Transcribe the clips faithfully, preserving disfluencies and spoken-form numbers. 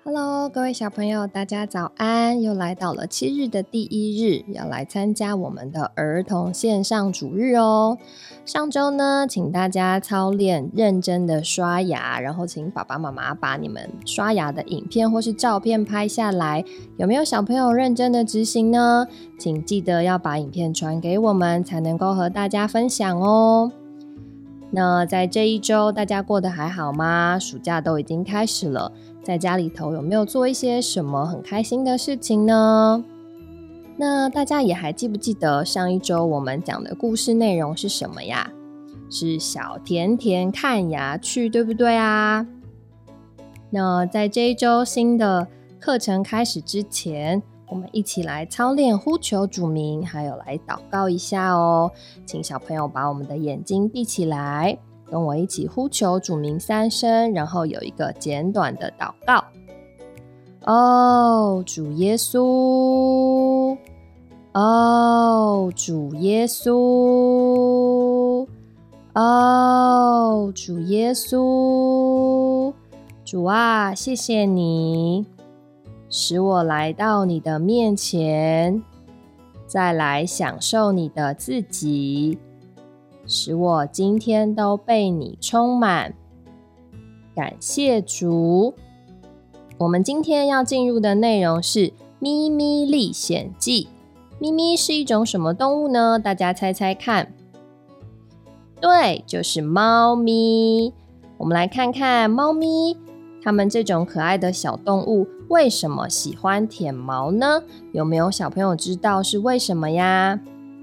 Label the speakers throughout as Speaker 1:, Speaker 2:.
Speaker 1: Hello， 各位小朋友，大家早安！又来到了七日的第一日，要来参加我们的儿童线上主日哦。上周呢，请大家操练认真的刷牙，然后请爸爸妈妈把你们刷牙的影片或是照片拍下来。有没有小朋友认真的执行呢？请记得要把影片传给我们，才能够和大家分享哦。那在这一周，大家过得还好吗？暑假都已经开始了，在家里头有没有做一些什么很开心的事情呢？那大家也还记不记得上一周我们讲的故事内容是什么呀？是小甜甜看牙去，对不对啊？那在这一周新的课程开始之前，我们一起来操练呼求主名，还有来祷告一下哦。请小朋友把我们的眼睛闭起来，跟我一起呼求主名三声，然后有一个简短的祷告。哦，主耶稣，哦，主耶稣，哦，主耶稣，主啊，谢谢你使我来到你的面前，再来享受你的自己，使我今天都被你充满。感谢主。我们今天要进入的内容是咪咪历险记。咪咪是一种什么动物呢？大家猜猜看。对，就是猫咪。我们来看看猫咪它们这种可爱的小动物为什么喜欢舔毛呢？有没有小朋友知道是为什么呀？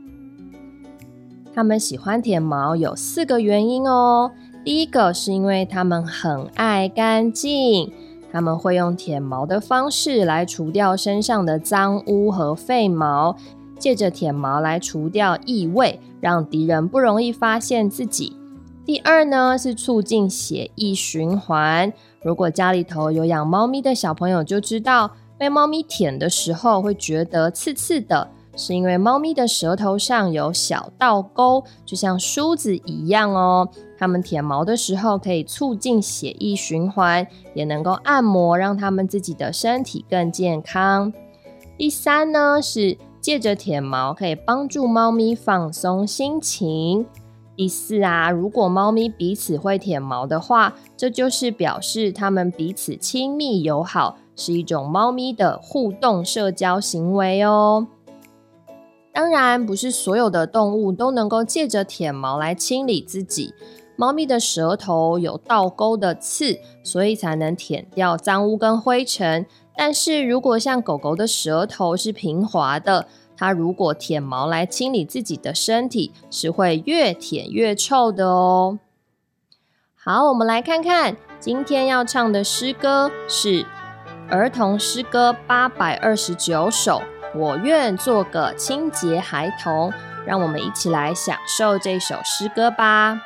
Speaker 1: 它们喜欢舔毛有四个原因哦。第一个是因为它们很爱干净，它们会用舔毛的方式来除掉身上的脏污和废毛，借着舔毛来除掉异味，让敌人不容易发现自己。第二呢，是促进血液循环。如果家里头有养猫咪的小朋友就知道，被猫咪舔的时候会觉得刺刺的，是因为猫咪的舌头上有小倒钩，就像梳子一样哦。它们舔毛的时候可以促进血液循环，也能够按摩，让它们自己的身体更健康。第三呢，是借着舔毛可以帮助猫咪放松心情。第四啊，如果猫咪彼此会舔毛的话，这就是表示它们彼此亲密友好，是一种猫咪的互动社交行为哦。当然，不是所有的动物都能够借着舔毛来清理自己。猫咪的舌头有倒钩的刺，所以才能舔掉脏污跟灰尘。但是如果像狗狗的舌头是平滑的，它如果舔毛来清理自己的身体，是会越舔越臭的哦。好，我们来看看今天要唱的诗歌是儿童诗歌八百二十九首，我愿做个清洁孩童。让我们一起来享受这首诗歌吧。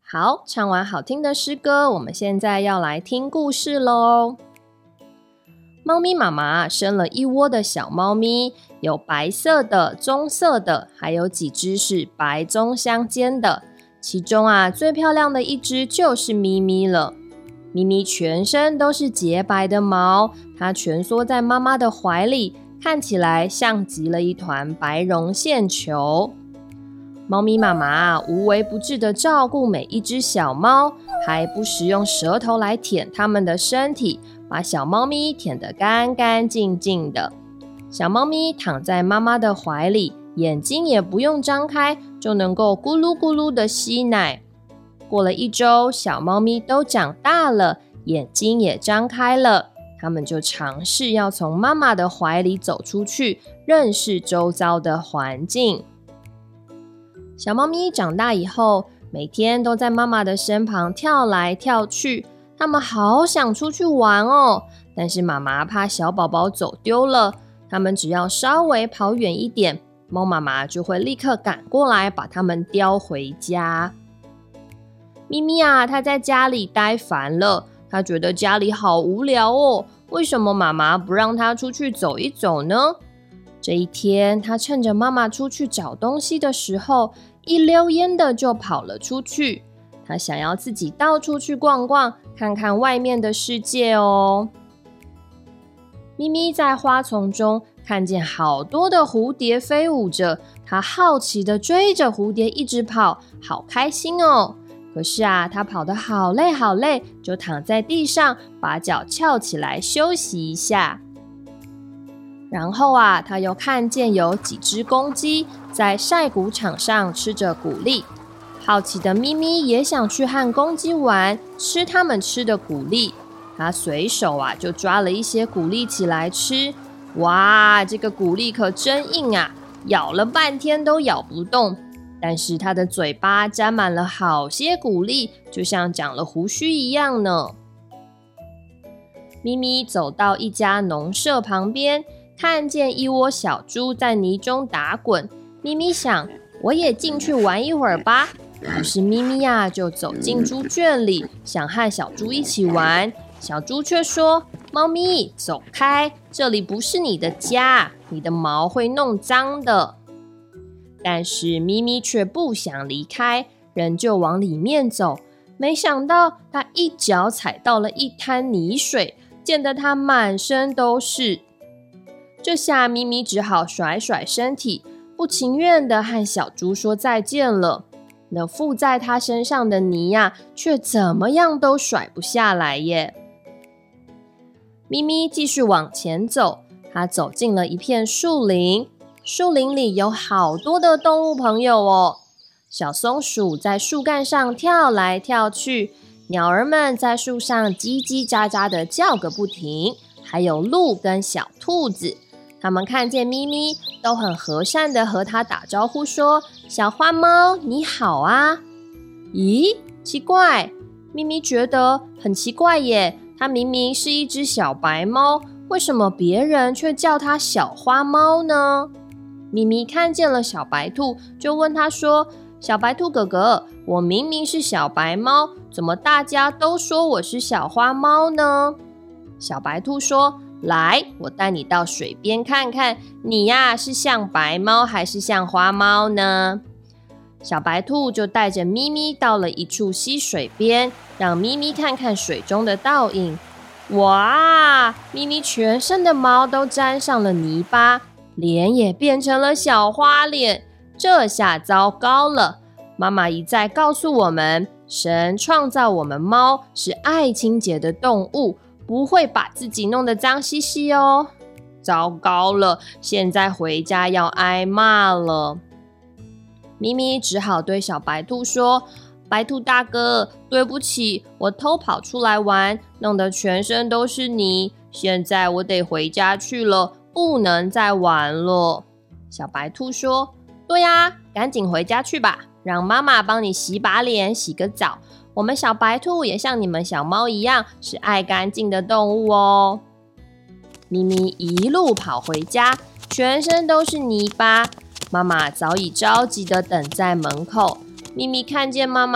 Speaker 1: 好，唱完好听的诗歌，我们现在要来听故事咯。猫咪妈妈生了一窝的小猫咪，有白色的、棕色的，还有几只是白棕相间的。其中啊，最漂亮的一只就是咪咪了。咪咪全身都是洁白的毛，它蜷缩在妈妈的怀里，看起来像极了一团白绒线球。猫咪妈妈无微不至地照顾每一只小猫，还不时用舌头来舔它们的身体，把小猫咪舔得干干净净的。小猫咪躺在妈妈的怀里，眼睛也不用张开，就能够咕噜咕噜地吸奶。过了一周，小猫咪都长大了，眼睛也张开了，它们就尝试要从妈妈的怀里走出去，认识周遭的环境。小猫咪长大以后，每天都在妈妈的身旁跳来跳去，它们好想出去玩哦，但是妈妈怕小宝宝走丢了，它们只要稍微跑远一点，猫妈妈就会立刻赶过来把它们叼回家。咪咪啊，它在家里待烦了，它觉得家里好无聊哦，为什么妈妈不让它出去走一走呢？这一天，它趁着妈妈出去找东西的时候，一溜烟的就跑了出去。它想要自己到处去逛逛，看看外面的世界哦。咪咪在花丛中看见好多的蝴蝶飞舞着，它好奇的追着蝴蝶一直跑，好开心哦。可是啊，它跑得好累好累，就躺在地上，把脚翘起来休息一下。然后啊，他又看见有几只公鸡在晒谷场上吃着谷粒，好奇的咪咪也想去和公鸡玩，吃它们吃的谷粒。他随手啊就抓了一些谷粒起来吃，哇，这个谷粒可真硬啊，咬了半天都咬不动。但是他的嘴巴沾满了好些谷粒，就像长了胡须一样呢。咪咪走到一家农舍旁边，看见一窝小猪在泥中打滚，咪咪想，我也进去玩一会儿吧。于是咪咪呀就走进猪圈里，想和小猪一起玩。小猪却说，猫咪走开，这里不是你的家，你的毛会弄脏的。但是咪咪却不想离开，仍旧往里面走。没想到它一脚踩到了一滩泥水，溅得它满身都是。这下咪咪只好甩甩身体，不情愿地和小猪说再见了。那附在它身上的泥呀、啊，却怎么样都甩不下来耶。咪咪继续往前走，它走进了一片树林。树林里有好多的动物朋友哦，小松鼠在树干上跳来跳去，鸟儿们在树上叽叽喳喳的叫个不停，还有鹿跟小兔子，他们看见咪咪都很和善的和它打招呼说，小花猫你好啊。咦，奇怪，咪咪觉得很奇怪耶，它明明是一只小白猫，为什么别人却叫它小花猫呢？咪咪看见了小白兔，就问他说，小白兔哥哥，我明明是小白猫，怎么大家都说我是小花猫呢？小白兔说，来，我带你到水边看看，你呀是像白猫还是像花猫呢？小白兔就带着咪咪到了一处溪水边，让咪咪看看水中的倒影。哇，咪咪全身的毛都沾上了泥巴，脸也变成了小花脸，这下糟糕了。妈妈一再告诉我们，神创造我们猫是爱清洁的动物，不会把自己弄得脏兮兮哦。糟糕了，现在回家要挨骂了。咪咪只好对小白兔说，白兔大哥，对不起，我偷跑出来玩，弄得全身都是泥，现在我得回家去了，不能再玩了。小白兔说，对呀，赶紧回家去吧，让妈妈帮你洗把脸，洗个澡。我们小白兔也像你们小猫一样，是爱干净的动物哦。咪咪一路跑回家，全身都是泥巴，妈妈早已着急地等在门口。咪咪看见妈妈，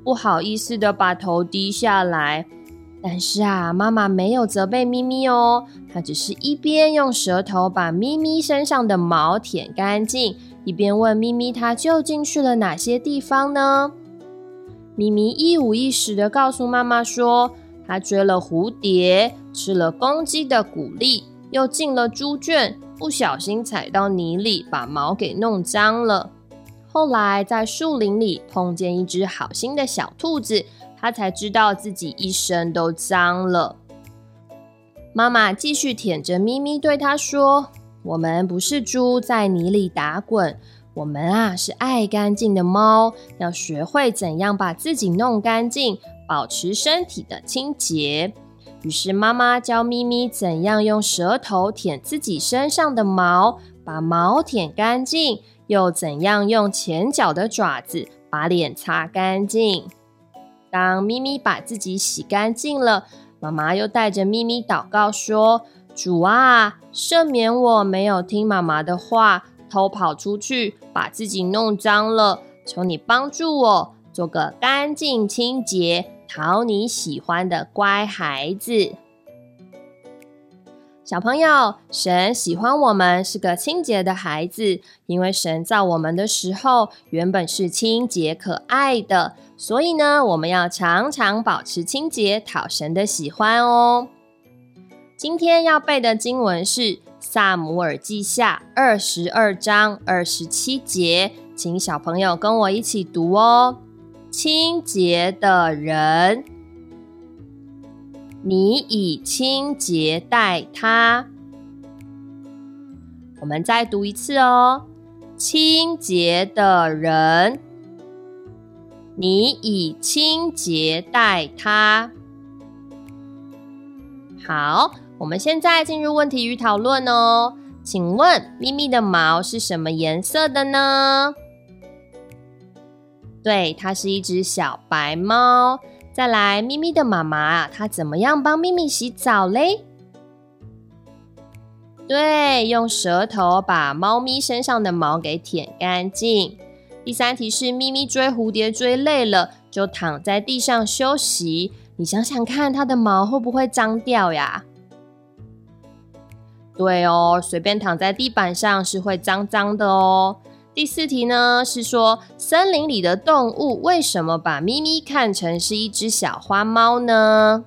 Speaker 1: 不好意思的把头低下来。但是啊，妈妈没有责备咪咪哦，她只是一边用舌头把咪咪身上的毛舔干净，一边问咪咪她究竟去了哪些地方呢？咪咪一五一十的告诉妈妈说，她追了蝴蝶，吃了公鸡的谷粒，又进了猪圈，不小心踩到泥里，把毛给弄脏了。后来在树林里碰见一只好心的小兔子，他才知道自己一身都脏了。妈妈继续舔着咪咪对他说，我们不是猪在泥里打滚，我们啊是爱干净的猫，要学会怎样把自己弄干净，保持身体的清洁。于是妈妈教咪咪怎样用舌头舔自己身上的毛，把毛舔干净，又怎样用前脚的爪子把脸擦干净。当咪咪把自己洗干净了，妈妈又带着咪咪祷告说，主啊，赦免我没有听妈妈的话，偷跑出去把自己弄脏了，求你帮助我做个干净清洁讨你喜欢的乖孩子。小朋友，神喜欢我们是个清洁的孩子，因为神造我们的时候原本是清洁可爱的，所以呢，我们要常常保持清洁，讨神的喜欢哦。今天要背的经文是撒母耳记下二十二章二十七节，请小朋友跟我一起读哦。清洁的人，你以清洁待他。我们再读一次哦。清洁的人，你以清洁待他。好，我们现在进入问题与讨论哦。请问咪咪的毛是什么颜色的呢？对，它是一只小白猫。再来，咪咪的妈妈啊，她怎么样帮咪咪洗澡嘞？对，用舌头把猫咪身上的毛给舔干净。第三题是咪咪追蝴蝶追累了，就躺在地上休息。你想想看，它的毛会不会脏掉呀？对哦，随便躺在地板上是会脏脏的哦。第四题呢，是说森林里的动物为什么把咪咪看成是一只小花猫呢？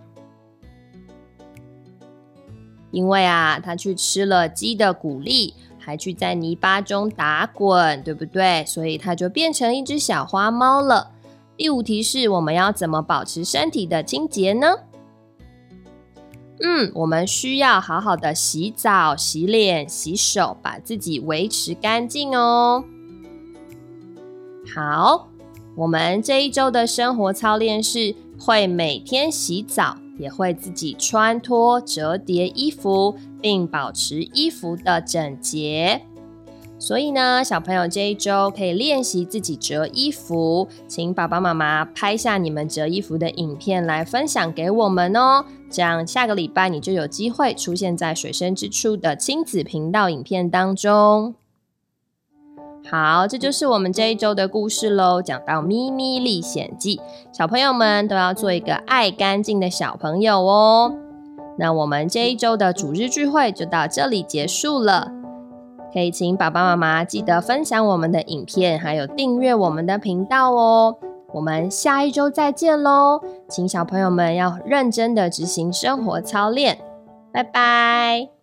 Speaker 1: 因为啊，它去吃了鸡的谷粒，还去在泥巴中打滚，对不对？所以它就变成一只小花猫了。第五题是我们要怎么保持身体的清洁呢？嗯，我们需要好好的洗澡、洗脸、洗手，把自己维持干净哦。好，我们这一周的生活操练是会每天洗澡，也会自己穿脱、折叠衣服，并保持衣服的整洁。所以呢，小朋友这一周可以练习自己折衣服，请爸爸妈妈拍下你们折衣服的影片来分享给我们哦。这样下个礼拜你就有机会出现在水深之处的亲子频道影片当中。好，这就是我们这一周的故事咯，讲到咪咪历险记，小朋友们都要做一个爱干净的小朋友哦。那我们这一周的主日聚会就到这里结束了，可以请爸爸妈妈记得分享我们的影片，还有订阅我们的频道哦。我们下一周再见咯，请小朋友们要认真的执行生活操练，拜拜。